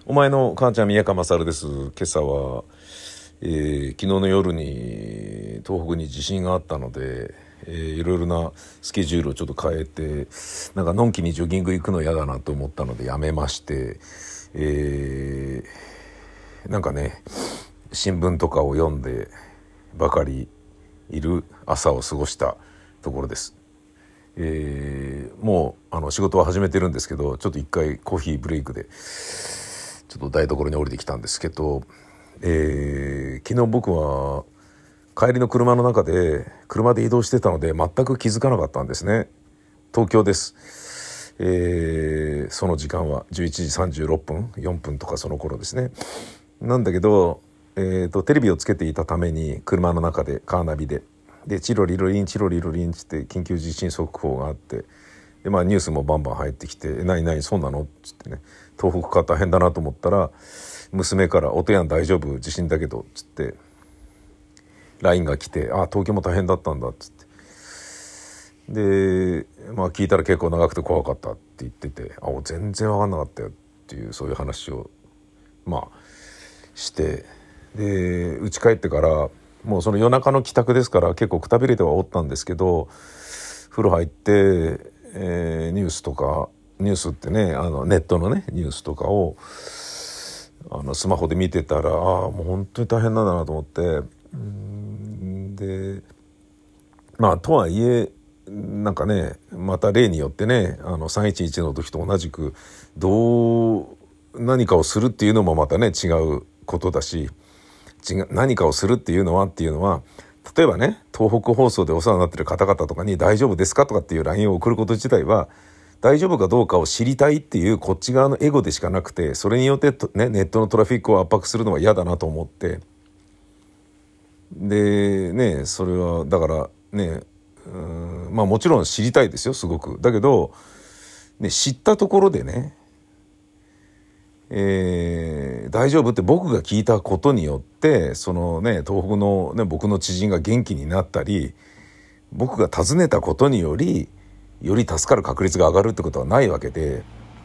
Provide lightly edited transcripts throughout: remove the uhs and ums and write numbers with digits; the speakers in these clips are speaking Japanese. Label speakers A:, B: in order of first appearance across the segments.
A: お前の母ちゃん宮川勝です。今朝は、昨日の夜に東北に地震があったので、いろいろなスケジュールをちょっと変えて、なんかのんきにジョギング行くの嫌だなと思ったのでやめまして、なんかね新聞とかを読んでばかりいる朝を過ごしたところです。もう仕事は始めてるんですけど、ちょっと一回コーヒーブレイクでちょっと台所に降りてきたんですけど、昨日僕は帰りの車の中で車で移動してたので全く気づかなかったんですね。東京です。その時間は11時36分4分とかその頃ですね。なんだけど、テレビをつけていたために車の中でカーナビでチロリロリンチロリロリンって緊急地震速報があって、でニュースもバンバン入ってきて「何そうなの?」っつってね、東北か大変だなと思ったら娘から「おとやん大丈夫地震だけど」っつって LINE が来て「あ東京も大変だったんだ」っつって、で聞いたら結構長くて怖かったって言ってて、全然分かんなかったよっていうそういう話をして、で家帰ってからもうその夜中の帰宅ですから結構くたびれてはおったんですけど、風呂入って、ニュースとかニュースってねネットのねニュースとかをスマホで見てたらもう本当に大変なんだなと思って、でとはいえなんかねまた例によってね311の時と同じく何かをするっていうのもまたね違うことだし、何かをするっていうのは例えばね東北放送でお世話になっている方々とかに大丈夫ですかとかっていう LINE を送ること自体は大丈夫かどうかを知りたいっていうこっち側のエゴでしかなくて、それによってネットのトラフィックを圧迫するのは嫌だなと思って、でねそれはだからねもちろん知りたいですよすごく。だけど、ね、知ったところでね大丈夫って僕が聞いたことによってそのね東北のね僕の知人が元気になったり、僕が尋ねたことにより助かる確率が上がるってことはないわけで、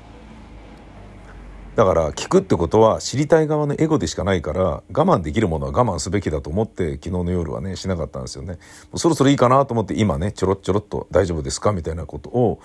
A: だから聞くってことは知りたい側のエゴでしかないから、我慢できるものは我慢すべきだと思って昨日の夜はねしなかったんですよね。もうそろそろいいかなと思って今ねちょろっと大丈夫ですかみたいなことを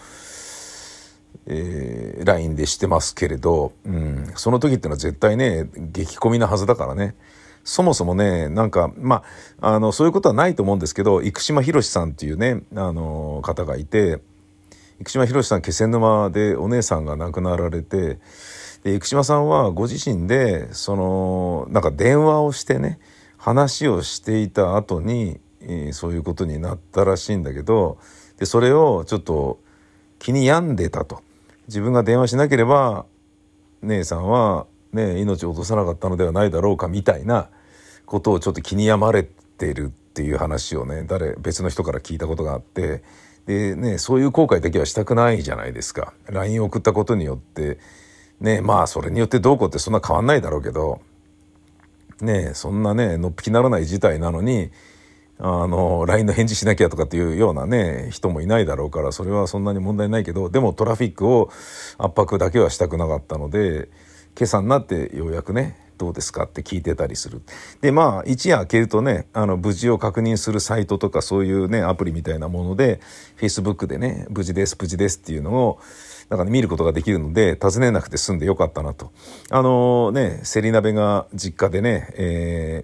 A: LINE でしてますけれど、その時ってのは絶対ね激混みなはずだからね。そもそもねなんかそういうことはないと思うんですけど、生島博さんっていうね方がいて、生島博さん気仙沼でお姉さんが亡くなられて、で生島さんはご自身でなんか電話をしてね話をしていた後に、そういうことになったらしいんだけど、でそれをちょっと気に病んでたと。自分が電話しなければ姉さんは、ね、命を落とさなかったのではないだろうかみたいなことをちょっと気に病まれてるっていう話をね別の人から聞いたことがあって、でねそういう後悔だけはしたくないじゃないですか。 LINE を送ったことによってねそれによってどうこうってそんな変わんないだろうけどね、そんなねのっぴきならない事態なのにLINE の返事しなきゃとかっていうようなね人もいないだろうから、それはそんなに問題ないけど、でもトラフィックを圧迫だけはしたくなかったので、今朝になってようやくねどうですかって聞いてたりする。で一夜明けるとね無事を確認するサイトとかそういうねアプリみたいなもので Facebook でね無事ですっていうのを見ることができるので、訪ねなくて済んでよかったなと。セリ鍋が実家でね、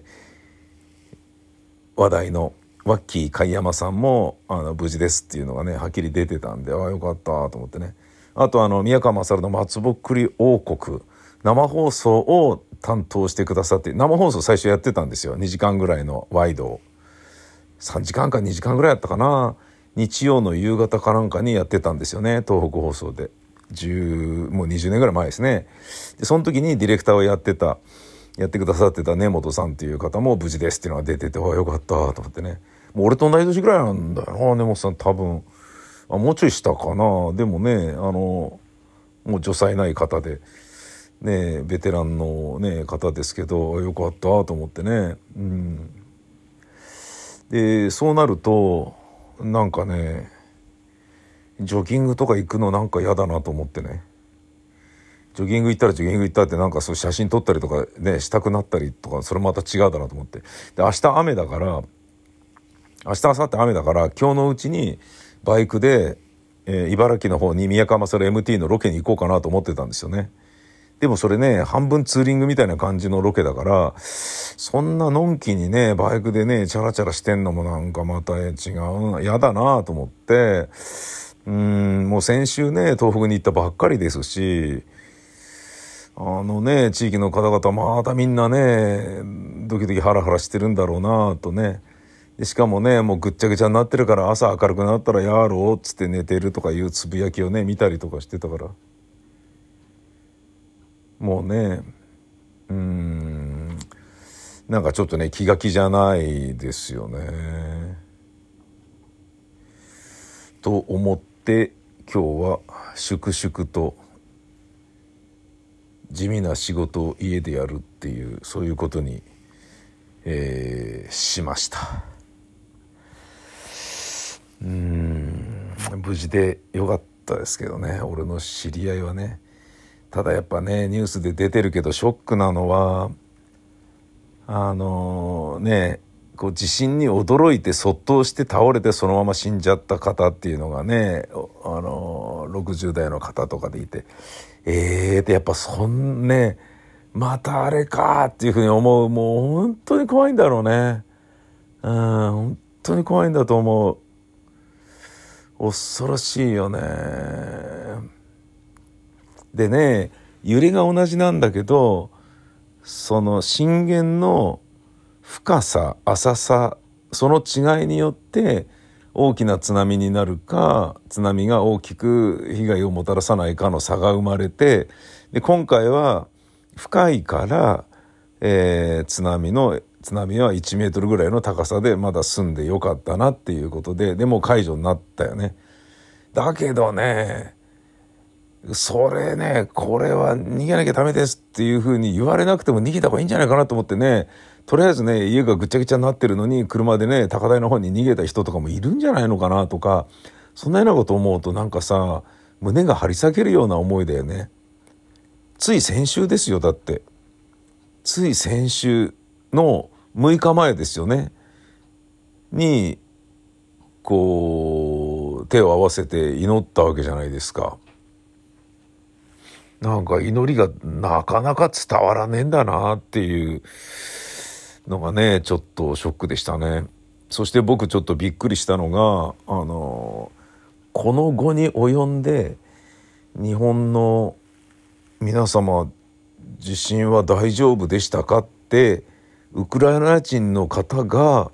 A: 話題のワッキー貝山さんも無事ですっていうのがねはっきり出てたんで、よかったと思ってね。あと宮川勝の松ぼっくり王国生放送を担当してくださって、生放送最初やってたんですよ。2時間ぐらいのワイドを3時間か2時間ぐらいやったかな、日曜の夕方かなんかにやってたんですよね、東北放送で。もう20年ぐらい前ですね。でその時にディレクターをやってくださってた根本さんっていう方も無事ですっていうのが出てて、よかったと思ってね。もう俺と同い年ぐらいなんだよな根本さん多分。もうちょい下かな。でもねもう女才ない方でねベテランのね方ですけど、よかったと思ってね。でそうなるとなんかねジョギングとか行くのなんか嫌だなと思ってね。 ジョギング行ったらジョギング行ったってなんかそう写真撮ったりとかねしたくなったりとか、それまた違うだなと思って。で明日雨だから、明日明後日雨だから今日のうちにバイクで、茨城の方に宮川勝 MT のロケに行こうかなと思ってたんですよね。でもそれね、半分ツーリングみたいな感じのロケだから、そんなのんきにねバイクでねチャラチャラしてんのもなんかまた違うな、嫌だなと思って、もう先週ね東北に行ったばっかりですし、地域の方々またみんなねドキドキハラハラしてるんだろうなとね。でしかもねもうぐっちゃぐちゃになってるから、朝明るくなったらやろうっつって寝てるとかいうつぶやきをね見たりとかしてたから、もうねなんかちょっとね気が気じゃないですよねと思って、今日は粛々と地味な仕事を家でやるっていう、そういうことに、しました。無事でよかったですけどね、俺の知り合いはね。ただやっぱねニュースで出てるけどショックなのはこう地震に驚いて卒倒して倒れてそのまま死んじゃった方っていうのがね、60代の方とかでいて、ってやっぱまたあれかっていうふうに思う。もう本当に怖いんだろうね。本当に怖いんだと思う。恐ろしいよね。でね、揺れが同じなんだけど、その震源の深さ浅さ、その違いによって大きな津波になるか、津波が大きく被害をもたらさないかの差が生まれて、で今回は深いから、津波は1メートルぐらいの高さでまだ済んでよかったなっていうことで、でも解除になったよね。だけどね、それね、これは逃げなきゃダメですっていう風に言われなくても逃げた方がいいんじゃないかなと思ってね、とりあえずね、家がぐちゃぐちゃになってるのに車でね、高台の方に逃げた人とかもいるんじゃないのかなとか、そんなようなこと思うとなんかさ、胸が張り裂けるような思いだよね。つい先週ですよ、だって。つい先週の6日前ですよね。に、こう、手を合わせて祈ったわけじゃないですか。なんか祈りがなかなか伝わらねえんだなっていうのがね、ちょっとショックでしたね。そして僕ちょっとびっくりしたのが、この後に及んで日本の皆様地震は大丈夫でしたかってウクライナ人の方が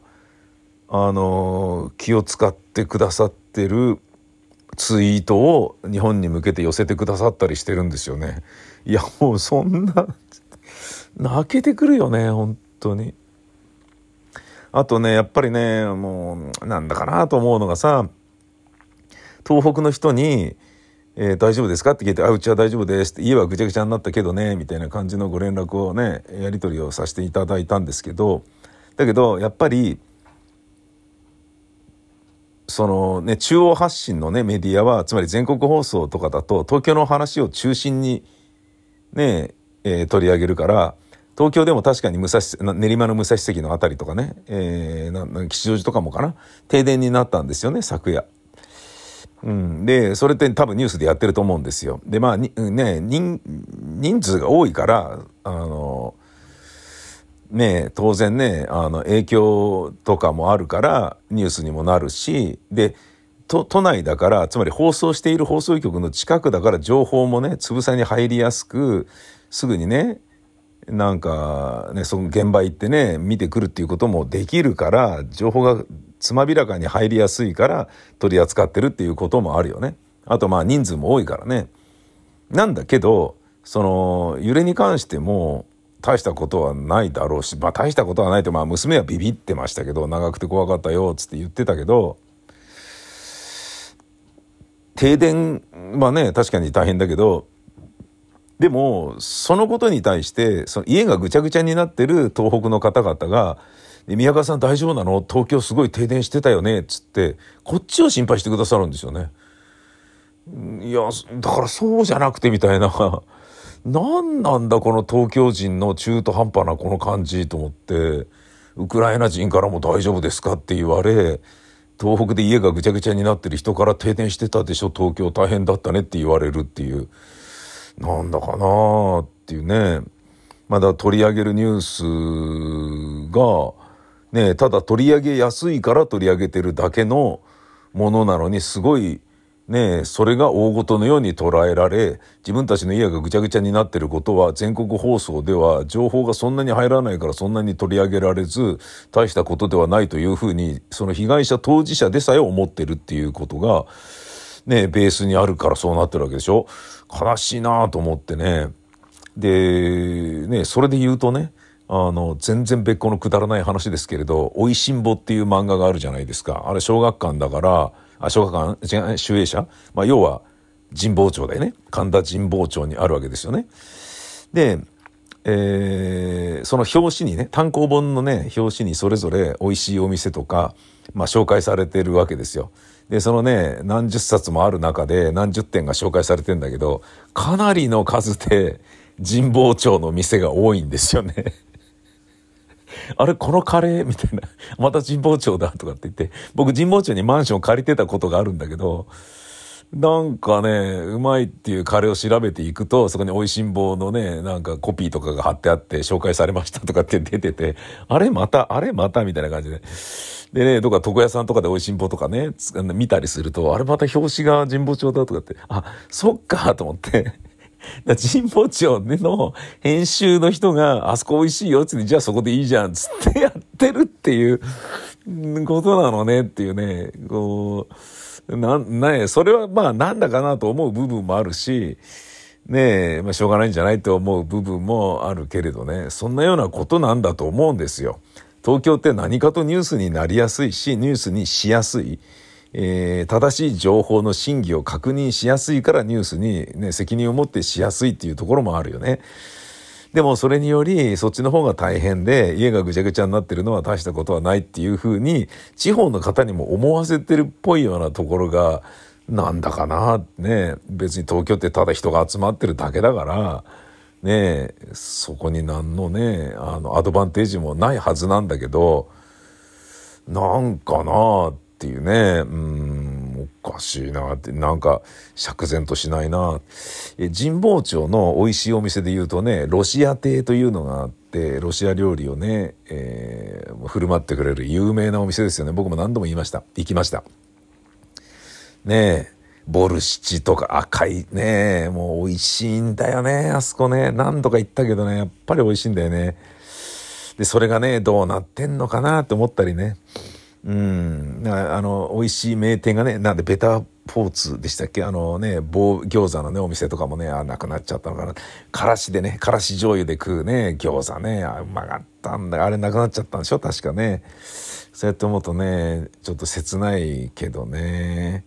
A: 気を使ってくださってるツイートを日本に向けて寄せてくださったりしてるんですよね。いやもうそんな泣けてくるよね本当に。あとねやっぱりねもうなんだかなと思うのがさ、東北の人に、大丈夫ですかって聞いて、うちは大丈夫ですって、家はぐちゃぐちゃになったけどねみたいな感じのご連絡をねやり取りをさせていただいたんですけど、だけどやっぱりそのね、中央発信のねメディアは、つまり全国放送とかだと東京の話を中心にね、取り上げるから、東京でも確かに練馬の武蔵関のあたりとかね、吉祥寺とかもかな、停電になったんですよね昨夜。でそれって多分ニュースでやってると思うんですよ。で人数が多いから当然ね影響とかもあるからニュースにもなるし、で都内だから、つまり放送している放送局の近くだから情報もねつぶさに入りやすく、すぐにねなんかねその現場行ってね見てくるっていうこともできるから、情報がつまびらかに入りやすいから取り扱ってるっていうこともあるよね。あと人数も多いからね。なんだけどその揺れに関しても大したことはないだろうし、大したことはないって、娘はビビってましたけど、長くて怖かったよっつって言ってたけど、停電はね確かに大変だけど、でもそのことに対してその家がぐちゃぐちゃになってる東北の方々が、宮川さん大丈夫なの？東京すごい停電してたよねっつってこっちを心配してくださるんですよね。いやだからそうじゃなくてみたいななんなんだこの東京人の中途半端なこの感じと思って、ウクライナ人からも大丈夫ですかって言われ、東北で家がぐちゃぐちゃになってる人から停電してたでしょ、東京大変だったねって言われるっていう、なんだかなっていうね。まだ取り上げるニュースがね、ただ取り上げやすいから取り上げてるだけのものなのに、すごいね、それが大事のように捉えられ、自分たちの家がぐちゃぐちゃになってることは全国放送では情報がそんなに入らないからそんなに取り上げられず、大したことではないというふうに、その被害者当事者でさえ思ってるっていうことがね、ベースにあるからそうなってるわけでしょ。悲しいなと思ってね。でね、それで言うとね、全然別個のくだらない話ですけれど、おいしんぼっていう漫画があるじゃないですか。あれ小学館だから、小学館、集英社、要は神保町だよね。神田神保町にあるわけですよね。で、その表紙にね、単行本のね、表紙にそれぞれ美味しいお店とか、紹介されてるわけですよ。で、そのね、何十冊もある中で何十点が紹介されてんだけど、かなりの数で神保町の店が多いんですよね。あれこのカレーみたいな、また神保町だとかって言って、僕神保町にマンション借りてたことがあるんだけど、なんかね、うまいっていうカレーを調べていくと、そこに美味しんぼのね、なんかコピーとかが貼ってあって紹介されましたとかって出てて、あれまたみたいな感じで。でね、どっか床屋さんとかで美味しんぼとかね、見たりすると、あれまた表紙が神保町だとかって、あ、そっかと思って。神保町の編集の人があそこ美味しいよってじゃあそこでいいじゃんつってやってるっていうことなのねっていうね、それはなんだかなと思う部分もあるし、ねえ、しょうがないんじゃないと思う部分もあるけれどね、そんなようなことなんだと思うんですよ。東京って何かとニュースになりやすいし、ニュースにしやすい。正しい情報の真偽を確認しやすいからニュースにね、責任を持ってしやすいっていうところもあるよね。でもそれによりそっちの方が大変で家がぐちゃぐちゃになってるのは大したことはないっていうふうに地方の方にも思わせてるっぽいようなところがなんだかなね。別に東京ってただ人が集まってるだけだからね、そこに何のねアドバンテージもないはずなんだけど、なんかなっていうね、おかしいなって、なんか釈然としないな。神保町の美味しいお店で言うとね、ロシア亭というのがあって、ロシア料理をね、振る舞ってくれる有名なお店ですよね。僕も何度も行きました。ねえ、ボルシチとか赤いね、もう美味しいんだよね、あそこね。何度か行ったけどね、やっぱり美味しいんだよね。で、それがね、どうなってんのかなって思ったりね。美味しい名店がね、なんでベターポーツでしたっけ、棒餃子のね、お店とかもね、なくなっちゃったのかな。からしでね、からし醤油で食うね、餃子ね、うまかったんだ。あれなくなっちゃったんでしょ確かね。そうやって思うとね、ちょっと切ないけどね。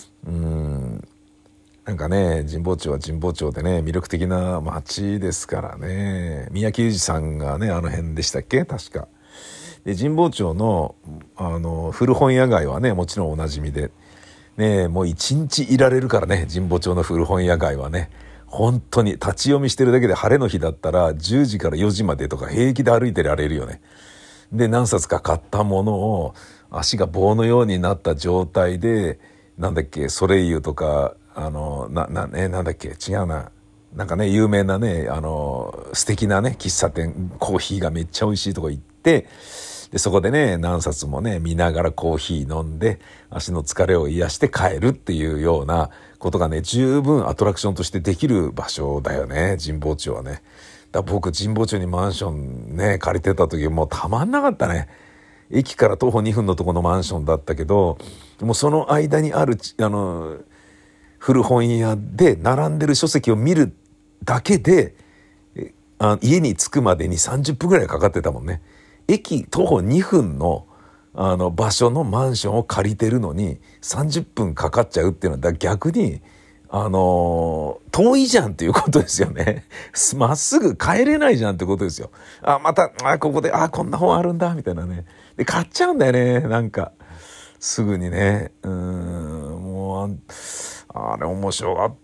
A: なんかね、神保町は神保町でね、魅力的な街ですからね。三宅裕司さんがね、あの辺でしたっけ確か。で、神保町の、古本屋街はね、もちろんおなじみで。ね、もう一日いられるからね、神保町の古本屋街はね。本当に立ち読みしてるだけで晴れの日だったら10時から4時までとか平気で歩いてられるよね。で、何冊か買ったものを足が棒のようになった状態で、なんだっけ、ソレイユとか、なんだっけ、違うな。なんかね、有名なね、素敵なね、喫茶店、コーヒーがめっちゃ美味しいとこ行って、で、そこでね、何冊もね、見ながらコーヒー飲んで、足の疲れを癒して帰るっていうようなことがね、十分アトラクションとしてできる場所だよね、神保町はね。僕、神保町にマンションね、借りてた時もうたまんなかったね。駅から徒歩2分のとこのマンションだったけど、もうその間にある、古本屋で並んでる書籍を見るだけで、家に着くまでに30分ぐらいかかってたもんね。駅徒歩2分の場所のマンションを借りてるのに30分かかっちゃうっていうのは逆に遠いじゃんっていうことですよね。まっすぐ帰れないじゃんってことですよ。またここでこんな本あるんだみたいなね。で買っちゃうんだよね、なんかすぐにね。もうあれ面白かった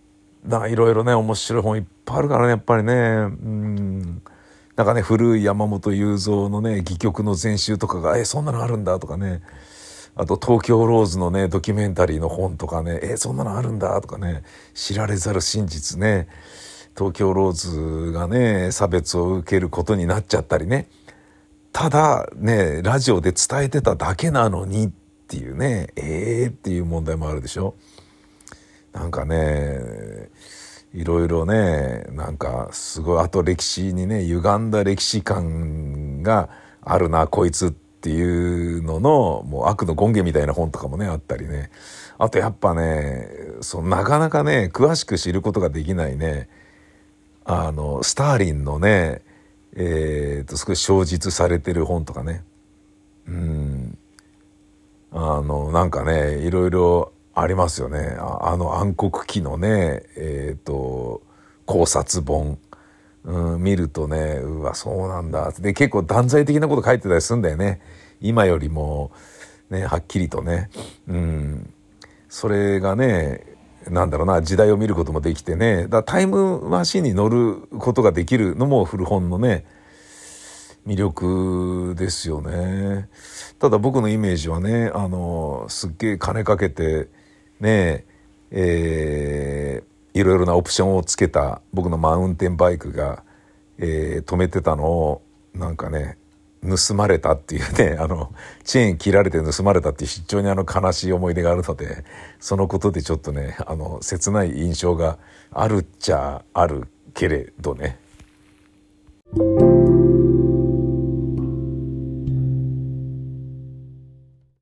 A: いろいろね面白い本いっぱいあるからね、やっぱりね。なんかね、古い山本雄三のね戯曲の全集とかがそんなのあるんだとかね、あと東京ローズのねドキュメンタリーの本とかね、そんなのあるんだとかね、知られざる真実ね、東京ローズがね差別を受けることになっちゃったりね、ただねラジオで伝えてただけなのにっていうね、っていう問題もあるでしょ。なんかねいろいろね、なんかすごい、あと歴史にね歪んだ歴史観があるなこいつっていうののもう悪の権限みたいな本とかもねあったりね。あとやっぱね、なかなかね詳しく知ることができないね、スターリンのね少し小実されてる本とかね、なんかねいろいろありますよね。暗黒期のね考察本、見るとね、うわそうなんだで、結構断罪的なこと書いてたりするんだよね、今よりもねはっきりとね。それがね、なんだろうな、時代を見ることもできてね、タイムマシンに乗ることができるのも古本のね魅力ですよね。ただ僕のイメージはね、すっげえ金かけてねいろいろなオプションをつけた僕のマウンテンバイクが、止めてたのをなんかね盗まれたっていうね、チェーン切られて盗まれたっていう非常に悲しい思い出があるので、そのことでちょっとね切ない印象があるっちゃあるけれどね。